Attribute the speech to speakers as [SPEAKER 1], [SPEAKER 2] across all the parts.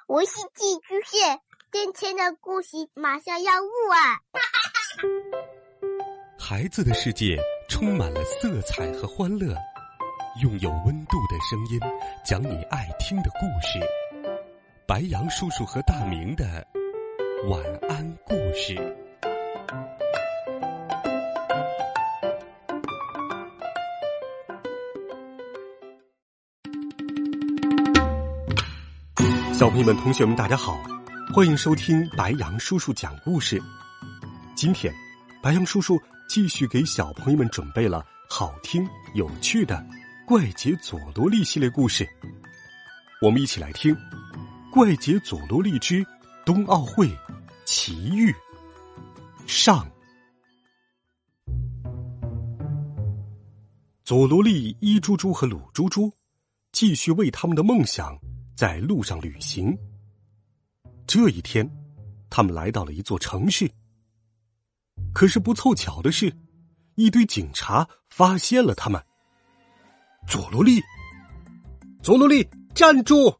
[SPEAKER 1] 我是寄居蟹，今天的故事马上要录啊！
[SPEAKER 2] 孩子的世界充满了色彩和欢乐，用有温度的声音讲你爱听的故事。白杨叔叔和大明的晚安故事。小朋友们、同学们，大家好，欢迎收听白杨叔叔讲故事。今天，白杨叔叔继续给小朋友们准备了好听有趣的怪杰佐罗利系列故事。我们一起来听《怪杰佐罗利之冬奥会奇遇》上。佐罗利、伊猪猪和鲁猪猪继续为他们的梦想在路上旅行。这一天，他们来到了一座城市。可是不凑巧的是，一堆警察发现了他们。佐罗利，佐罗利，站住！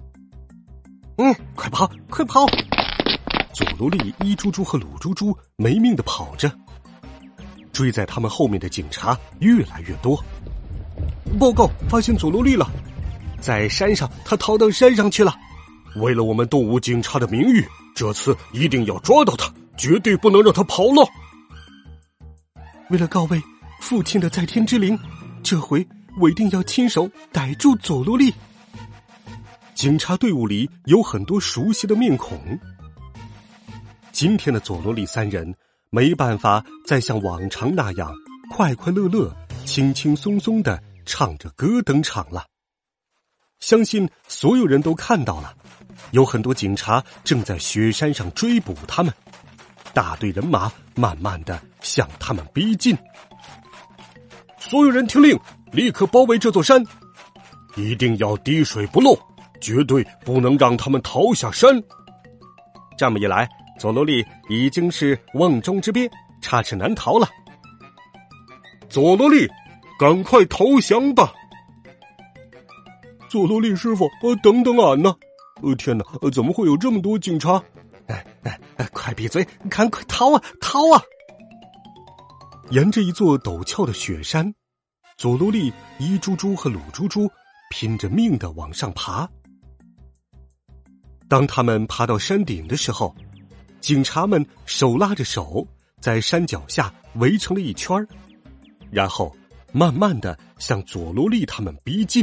[SPEAKER 2] 快跑，快跑！佐罗利、伊猪猪和鲁猪猪没命地跑着，追在他们后面的警察越来越多。报告，发现佐罗利了，在山上，他逃到山上去了。为了我们动物警察的名誉，这次一定要抓到他，绝对不能让他跑了。为了告慰父亲的在天之灵，这回我一定要亲手逮住佐罗利。警察队伍里有很多熟悉的面孔。今天的佐罗利三人没办法再像往常那样快快乐乐、轻轻松松地唱着歌登场了。相信所有人都看到了，有很多警察正在雪山上追捕他们，大队人马慢慢地向他们逼近。所有人听令，立刻包围这座山，一定要滴水不漏，绝对不能让他们逃下山。这么一来，佐罗利已经是瓮中之鳖，插翅难逃了。佐罗利，赶快投降吧！佐罗利师傅，等等俺呢！天哪，怎么会有这么多警察？快闭嘴，赶快逃啊，逃啊！沿着一座陡峭的雪山，佐罗利、伊猪猪和鲁猪猪拼着命地往上爬。当他们爬到山顶的时候，警察们手拉着手，在山脚下围成了一圈，然后慢慢地向佐罗利他们逼近。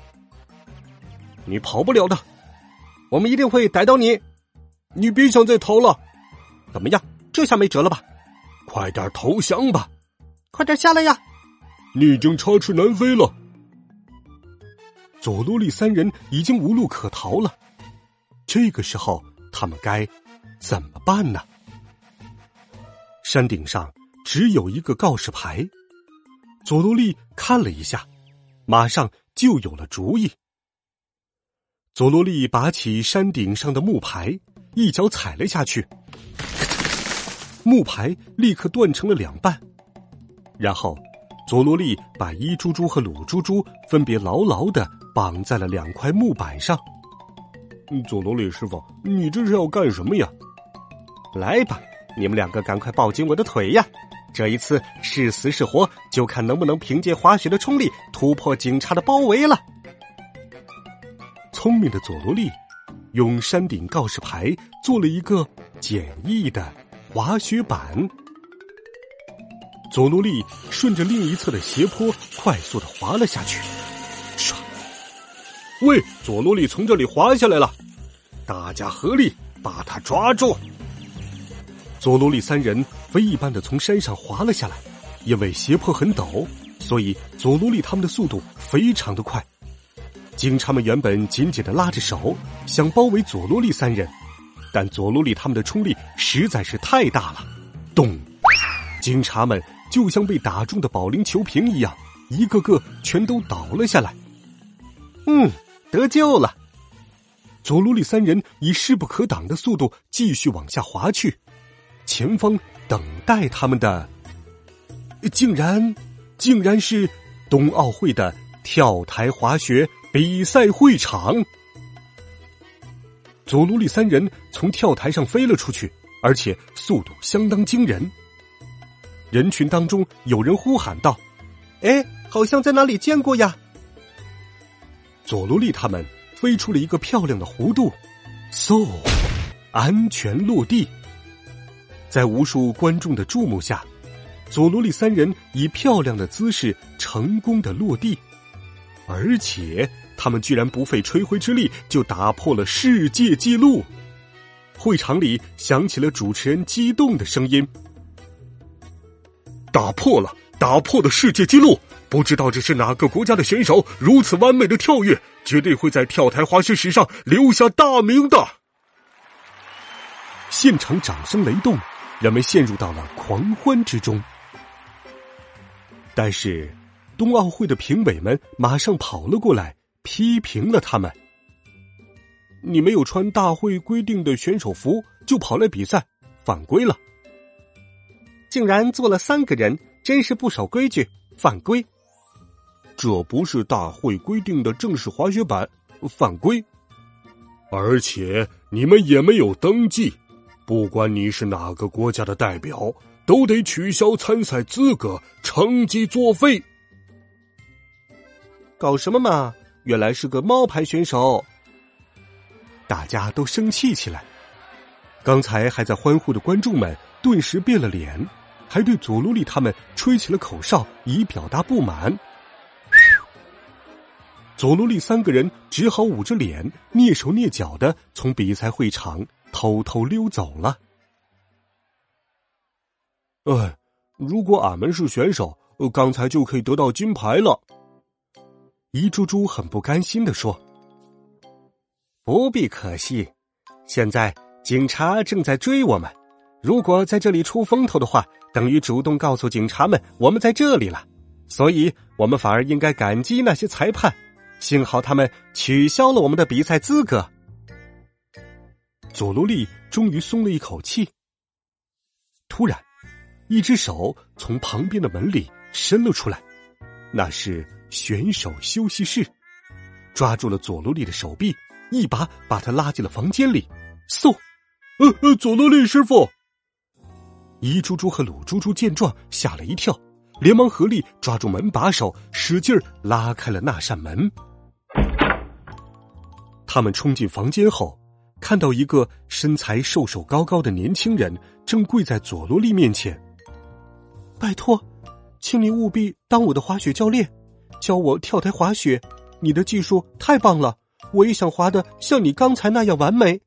[SPEAKER 2] 你跑不了的，我们一定会逮到你。你别想再逃了。怎么样，这下没辙了吧？快点投降吧！快点下来呀！你已经插翅难飞了。佐罗利三人已经无路可逃了。这个时候，他们该怎么办呢？山顶上只有一个告示牌。佐罗利看了一下，马上就有了主意。佐罗利拔起山顶上的木牌，一脚踩了下去，木牌立刻断成了两半。然后佐罗利把伊猪猪和鲁猪猪分别牢牢地绑在了两块木板上。佐罗利师傅，你这是要干什么呀？来吧，你们两个赶快抱紧我的腿呀！这一次是死是活，就看能不能凭借滑雪的冲力突破警察的包围了。聪明的佐罗利用山顶告示牌做了一个简易的滑雪板。佐罗利顺着另一侧的斜坡快速地滑了下去。唰！喂，佐罗利从这里滑下来了，大家合力把他抓住。佐罗利三人飞一般地从山上滑了下来，因为斜坡很陡，所以佐罗利他们的速度非常的快。警察们原本紧紧地拉着手，想包围佐罗利三人，但佐罗利他们的冲力实在是太大了。咚！警察们就像被打中的保龄球瓶一样，一个个全都倒了下来。得救了！佐罗利三人以势不可挡的速度继续往下滑去，前方等待他们的，竟然是冬奥会的跳台滑雪比赛会场。 佐罗利三人从跳台上飞了出去，而且速度相当惊人。人群当中有人呼喊道：“哎，好像在哪里见过呀！”佐罗利他们飞出了一个漂亮的弧度，嗖，安全落地。在无数观众的注目下，佐罗利三人以漂亮的姿势成功的落地，而且他们居然不费吹灰之力就打破了世界纪录。会场里响起了主持人激动的声音：“打破了世界纪录！不知道这是哪个国家的选手如此完美的跳跃，绝对会在跳台滑雪史上留下大名的！”现场掌声雷动，人们陷入到了狂欢之中。但是冬奥会的评委们马上跑了过来，批评了他们：“你没有穿大会规定的选手服就跑来比赛，犯规了。竟然做了3个人，真是不守规矩，犯规。这不是大会规定的正式滑雪板，犯规。而且你们也没有登记，不管你是哪个国家的代表，都得取消参赛资格，成绩作废。”搞什么嘛，原来是个冒牌选手。大家都生气起来，刚才还在欢呼的观众们顿时变了脸，还对佐罗利他们吹起了口哨，以表达不满。佐罗利3个人只好捂着脸，蹑手蹑脚的从比赛会场偷偷溜走了。如果俺们是选手，刚才就可以得到金牌了。一猪猪很不甘心地说：“不必可惜，现在警察正在追我们，如果在这里出风头的话，等于主动告诉警察们我们在这里了，所以我们反而应该感激那些裁判，幸好他们取消了我们的比赛资格。”佐罗利终于松了一口气。突然，一只手从旁边的门里伸了出来，那是选手休息室，抓住了佐罗利的手臂，一把把他拉进了房间里。嗖！佐罗利师傅！一猪猪和鲁猪猪见状吓了一跳，连忙合力抓住门把手，使劲拉开了那扇门。他们冲进房间后，看到一个身材瘦瘦高高的年轻人正跪在佐罗利面前。“拜托，请你务必当我的滑雪教练，教我跳台滑雪，你的技术太棒了，我也想滑得像你刚才那样完美。”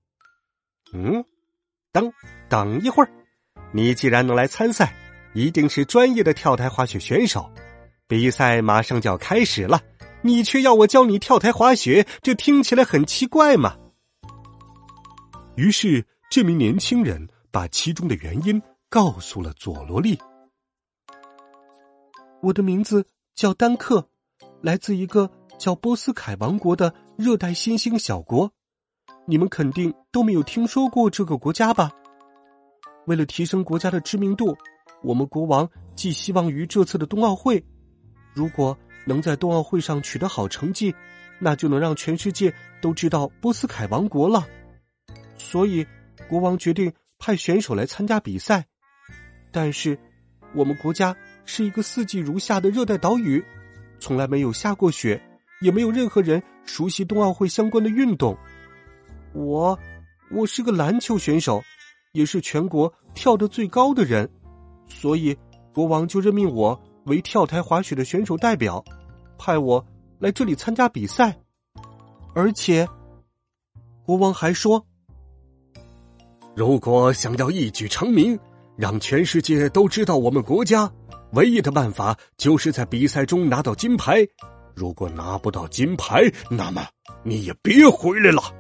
[SPEAKER 2] 等一会儿，你既然能来参赛，一定是专业的跳台滑雪选手，比赛马上就要开始了，你却要我教你跳台滑雪，这听起来很奇怪嘛。于是这名年轻人把其中的原因告诉了佐罗利。“我的名字叫丹克，来自一个叫波斯凯王国的热带新兴小国，你们肯定都没有听说过这个国家吧？为了提升国家的知名度，我们国王寄希望于这次的冬奥会，如果能在冬奥会上取得好成绩，那就能让全世界都知道波斯凯王国了。所以国王决定派选手来参加比赛。但是我们国家是一个四季如夏的热带岛屿，从来没有下过雪，也没有任何人熟悉冬奥会相关的运动。我是个篮球选手，也是全国跳得最高的人，所以国王就任命我为跳台滑雪的选手代表，派我来这里参加比赛。而且国王还说，如果想要一举成名，让全世界都知道我们国家，唯一的办法就是在比赛中拿到金牌，如果拿不到金牌，那么你也别回来了。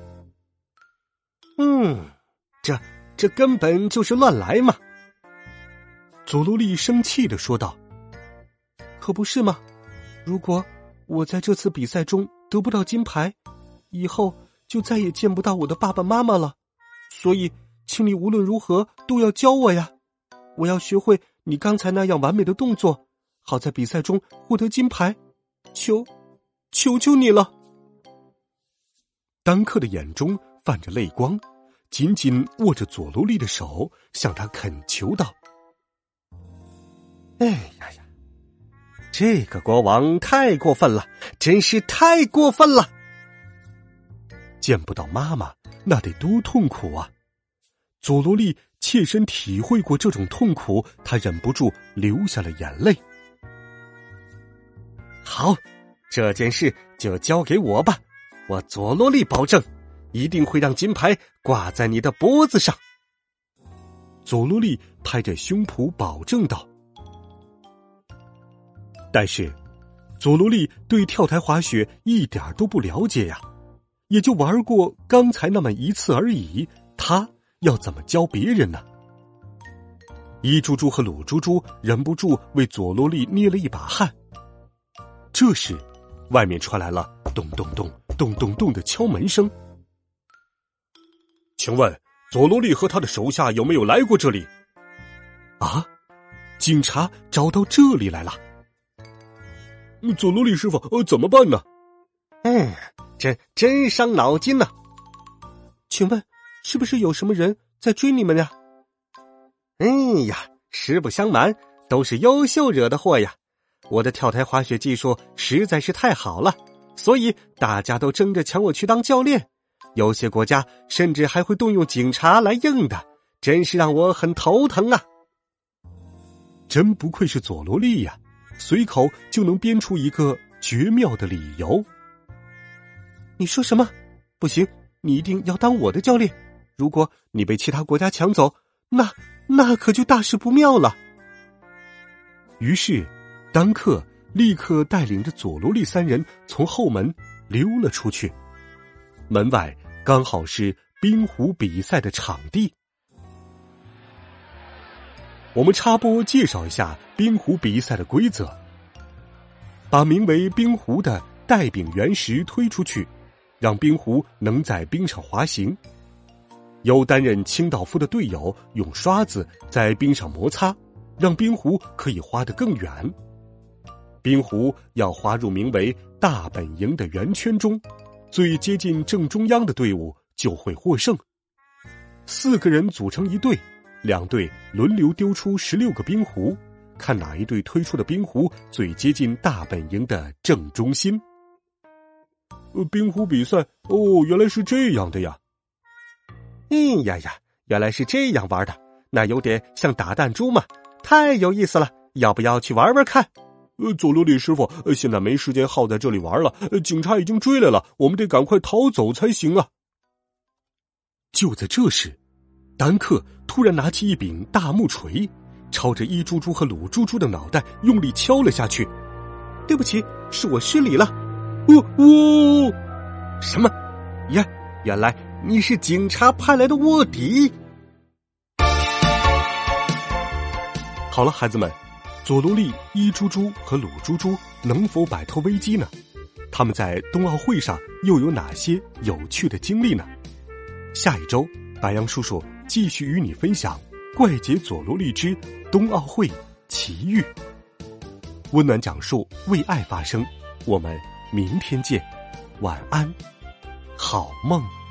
[SPEAKER 2] 这根本就是乱来嘛。佐罗利生气地说道。可不是吗？如果我在这次比赛中得不到金牌，以后就再也见不到我的爸爸妈妈了，所以请你无论如何都要教我呀，我要学会你刚才那样完美的动作，好在比赛中获得金牌，求求你了。丹克的眼中泛着泪光，紧紧握着佐罗利的手，向他恳求道：“哎呀呀，这个国王太过分了，真是太过分了！见不到妈妈，那得多痛苦啊！”佐罗利切身体会过这种痛苦，他忍不住流下了眼泪。好，这件事就交给我吧，我佐罗利保证，一定会让金牌挂在你的脖子上。佐罗利拍着胸脯保证道。但是，佐罗利对跳台滑雪一点都不了解呀，也就玩过刚才那么一次而已，他要怎么教别人呢？一猪猪和鲁猪猪忍不住为佐罗利捏了一把汗。这时，外面传来了咚咚咚咚咚咚的敲门声。请问，佐罗利和他的手下有没有来过这里？啊，警察找到这里来了。佐罗利师傅，怎么办呢？真伤脑筋呢。请问，是不是有什么人在追你们呀？哎呀，实不相瞒，都是优秀惹的祸呀。我的跳台滑雪技术实在是太好了，所以大家都争着抢我去当教练。有些国家甚至还会动用警察来应的，真是让我很头疼啊！真不愧是佐罗利呀，随口就能编出一个绝妙的理由。你说什么？不行，你一定要当我的教练。如果你被其他国家抢走，那可就大事不妙了。于是，丹克立刻带领着佐罗利三人从后门溜了出去。门外刚好是冰壶比赛的场地。我们插播介绍一下冰壶比赛的规则。把名为冰壶的带柄圆石推出去，让冰壶能在冰上滑行。由担任清道夫的队友用刷子在冰上摩擦，让冰壶可以滑得更远。冰壶要滑入名为大本营的圆圈中，最接近正中央的队伍就会获胜。4个人组成一队，2队轮流丢出16个冰壶，看哪一队推出的冰壶最接近大本营的正中心。冰壶比赛，原来是这样的呀。原来是这样玩的，那有点像打弹珠嘛，太有意思了，要不要去玩玩看？佐罗利师傅，现在没时间耗在这里玩了，警察已经追来了，我们得赶快逃走才行啊！就在这时，丹克突然拿起一柄大木锤，朝着一猪猪和鲁猪猪的脑袋用力敲了下去。对不起，是我失礼了。什么？原来你是警察派来的卧底。好了，孩子们，佐罗利、一猪猪和鲁猪猪能否摆脱危机呢？他们在冬奥会上又有哪些有趣的经历呢？下一周，白杨叔叔继续与你分享《怪杰佐罗利之冬奥会奇遇》，温暖讲述，为爱发声。我们明天见，晚安，好梦。